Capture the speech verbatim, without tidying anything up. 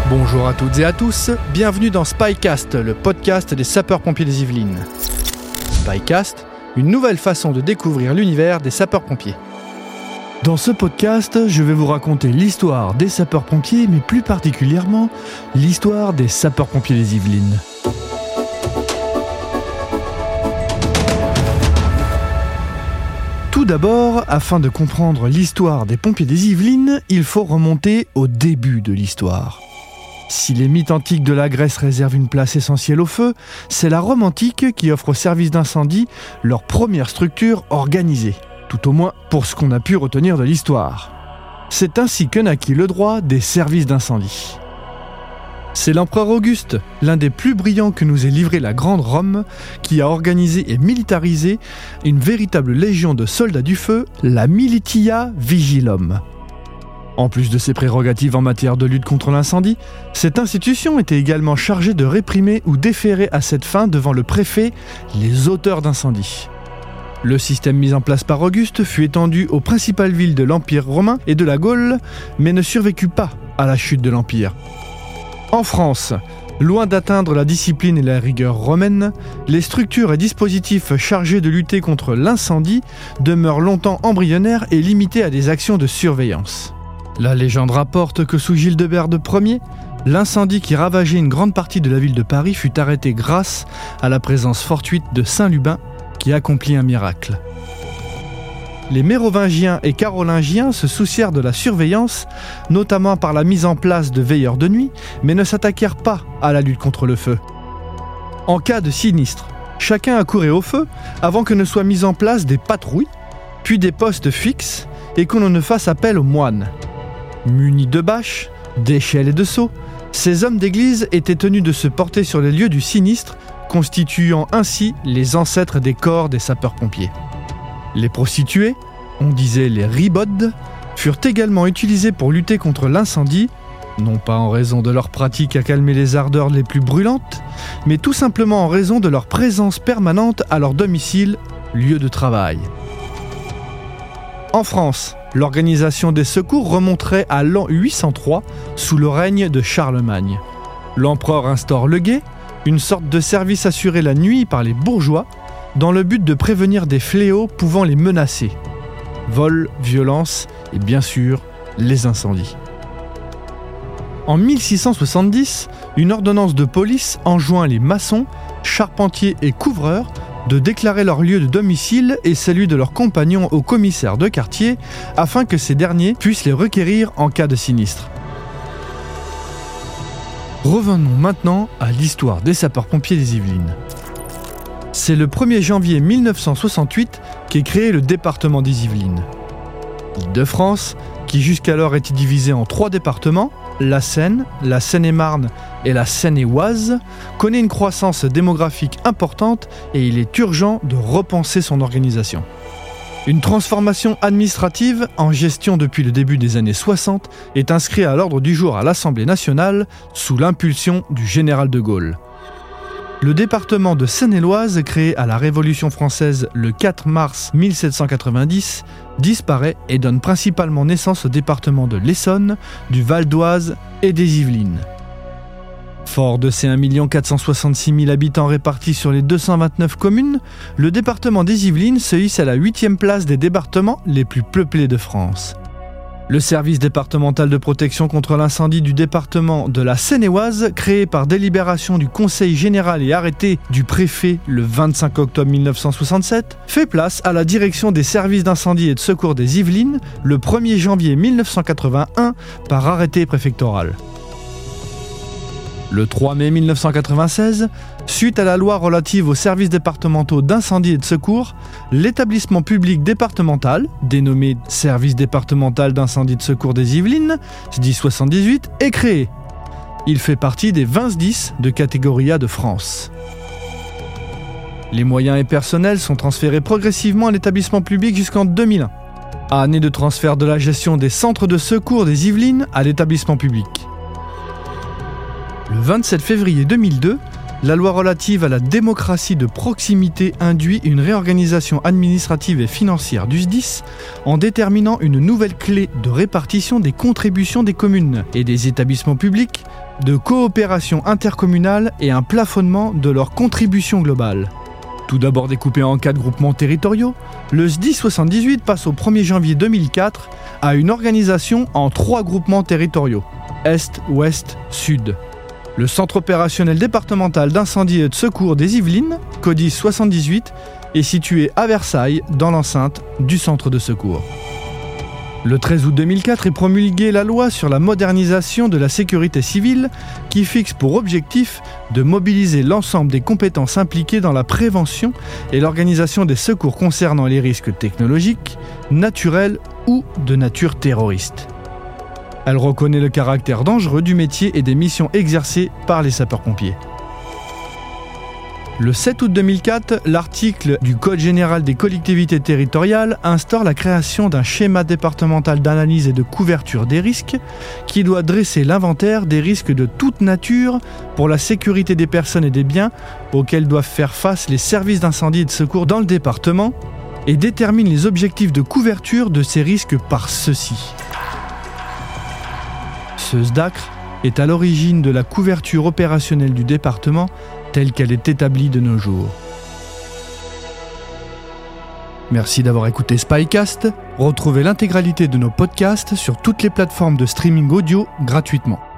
Bonjour à toutes et à tous, bienvenue dans Spycast, le podcast des sapeurs-pompiers des Yvelines. Spycast, une nouvelle façon de découvrir l'univers des sapeurs-pompiers. Dans ce podcast, je vais vous raconter l'histoire des sapeurs-pompiers, mais plus particulièrement l'histoire des sapeurs-pompiers des Yvelines. Tout d'abord, afin de comprendre l'histoire des pompiers des Yvelines, il faut remonter au début de l'histoire. Si les mythes antiques de la Grèce réservent une place essentielle au feu, c'est la Rome antique qui offre aux services d'incendie leur première structure organisée, tout au moins pour ce qu'on a pu retenir de l'histoire. C'est ainsi que naquit le droit des services d'incendie. C'est l'empereur Auguste, l'un des plus brillants que nous ait livré la Grande Rome, qui a organisé et militarisé une véritable légion de soldats du feu, la Militia Vigilum. En plus de ses prérogatives en matière de lutte contre l'incendie, cette institution était également chargée de réprimer ou déférer à cette fin devant le préfet les auteurs d'incendies. Le système mis en place par Auguste fut étendu aux principales villes de l'Empire romain et de la Gaule, mais ne survécut pas à la chute de l'Empire. En France, loin d'atteindre la discipline et la rigueur romaine, les structures et dispositifs chargés de lutter contre l'incendie demeurent longtemps embryonnaires et limités à des actions de surveillance. La légende rapporte que sous Gildebert Ier, l'incendie qui ravageait une grande partie de la ville de Paris fut arrêté grâce à la présence fortuite de Saint Lubin qui accomplit un miracle. Les Mérovingiens et Carolingiens se soucièrent de la surveillance, notamment par la mise en place de veilleurs de nuit, mais ne s'attaquèrent pas à la lutte contre le feu. En cas de sinistre, chacun accourait au feu avant que ne soient mises en place des patrouilles, puis des postes fixes et qu'on ne fasse appel aux moines. Munis de bâches, d'échelles et de seaux, ces hommes d'église étaient tenus de se porter sur les lieux du sinistre, constituant ainsi les ancêtres des corps des sapeurs-pompiers. Les prostituées, on disait les ribodes, furent également utilisées pour lutter contre l'incendie, non pas en raison de leur pratique à calmer les ardeurs les plus brûlantes, mais tout simplement en raison de leur présence permanente à leur domicile, lieu de travail. En France, l'organisation des secours remonterait à l'an huit cent trois, sous le règne de Charlemagne. L'empereur instaure le guet, une sorte de service assuré la nuit par les bourgeois, dans le but de prévenir des fléaux pouvant les menacer. Vols, violences et bien sûr, les incendies. En mille six cent soixante-dix, une ordonnance de police enjoint les maçons, charpentiers et couvreurs de déclarer leur lieu de domicile et celui de leurs compagnons au commissaire de quartier afin que ces derniers puissent les requérir en cas de sinistre. Revenons maintenant à l'histoire des sapeurs-pompiers des Yvelines. C'est le premier janvier mille neuf cent soixante-huit qu'est créé le département des Yvelines. L'Île-de-France, qui jusqu'alors était divisée en trois départements, la Seine, la Seine-et-Marne et la Seine-et-Oise, connaît une croissance démographique importante et il est urgent de repenser son organisation. Une transformation administrative, en gestion depuis le début des années soixante, est inscrite à l'ordre du jour à l'Assemblée nationale sous l'impulsion du général de Gaulle. Le département de Seine-et-Oise, créé à la Révolution française le quatre mars mille sept cent quatre-vingt-dix, disparaît et donne principalement naissance au département de l'Essonne, du Val d'Oise et des Yvelines. Fort de ses un million quatre cent soixante-six mille habitants répartis sur les deux cent vingt-neuf communes, le département des Yvelines se hisse à la huitième place des départements les plus peuplés de France. Le service départemental de protection contre l'incendie du département de la Seine-et-Oise, créé par délibération du Conseil général et arrêté du préfet le vingt-cinq octobre mille neuf cent soixante-sept, fait place à la direction des services d'incendie et de secours des Yvelines le premier janvier mille neuf cent quatre-vingt-un par arrêté préfectoral. Le trois mai mille neuf cent quatre-vingt-seize, suite à la loi relative aux services départementaux d'incendie et de secours, l'établissement public départemental, dénommé Service départemental d'incendie et de secours des Yvelines, S D I soixante-dix-huit, est créé. Il fait partie des vingt S D I S de catégorie A de France. Les moyens et personnels sont transférés progressivement à l'établissement public jusqu'en deux mille un. Année de transfert de la gestion des centres de secours des Yvelines à l'établissement public. Le vingt-sept février deux mille deux, la loi relative à la démocratie de proximité induit une réorganisation administrative et financière du S D I S en déterminant une nouvelle clé de répartition des contributions des communes et des établissements publics, de coopération intercommunale et un plafonnement de leur contribution globale. Tout d'abord découpé en quatre groupements territoriaux, le S D I S soixante-dix-huit passe au premier janvier deux mille quatre à une organisation en trois groupements territoriaux, Est, Ouest, Sud. Le Centre opérationnel départemental d'incendie et de secours des Yvelines, CODIS soixante-dix-huit, est situé à Versailles, dans l'enceinte du centre de secours. Le treize août deux mille quatre est promulguée la loi sur la modernisation de la sécurité civile qui fixe pour objectif de mobiliser l'ensemble des compétences impliquées dans la prévention et l'organisation des secours concernant les risques technologiques, naturels ou de nature terroriste. Elle reconnaît le caractère dangereux du métier et des missions exercées par les sapeurs-pompiers. Le sept août deux mille quatre, l'article du Code général des collectivités territoriales instaure la création d'un schéma départemental d'analyse et de couverture des risques qui doit dresser l'inventaire des risques de toute nature pour la sécurité des personnes et des biens auxquels doivent faire face les services d'incendie et de secours dans le département et détermine les objectifs de couverture de ces risques par ceux-ci. Ce S D A C R est à l'origine de la couverture opérationnelle du département telle qu'elle est établie de nos jours. Merci d'avoir écouté Spycast. Retrouvez l'intégralité de nos podcasts sur toutes les plateformes de streaming audio gratuitement.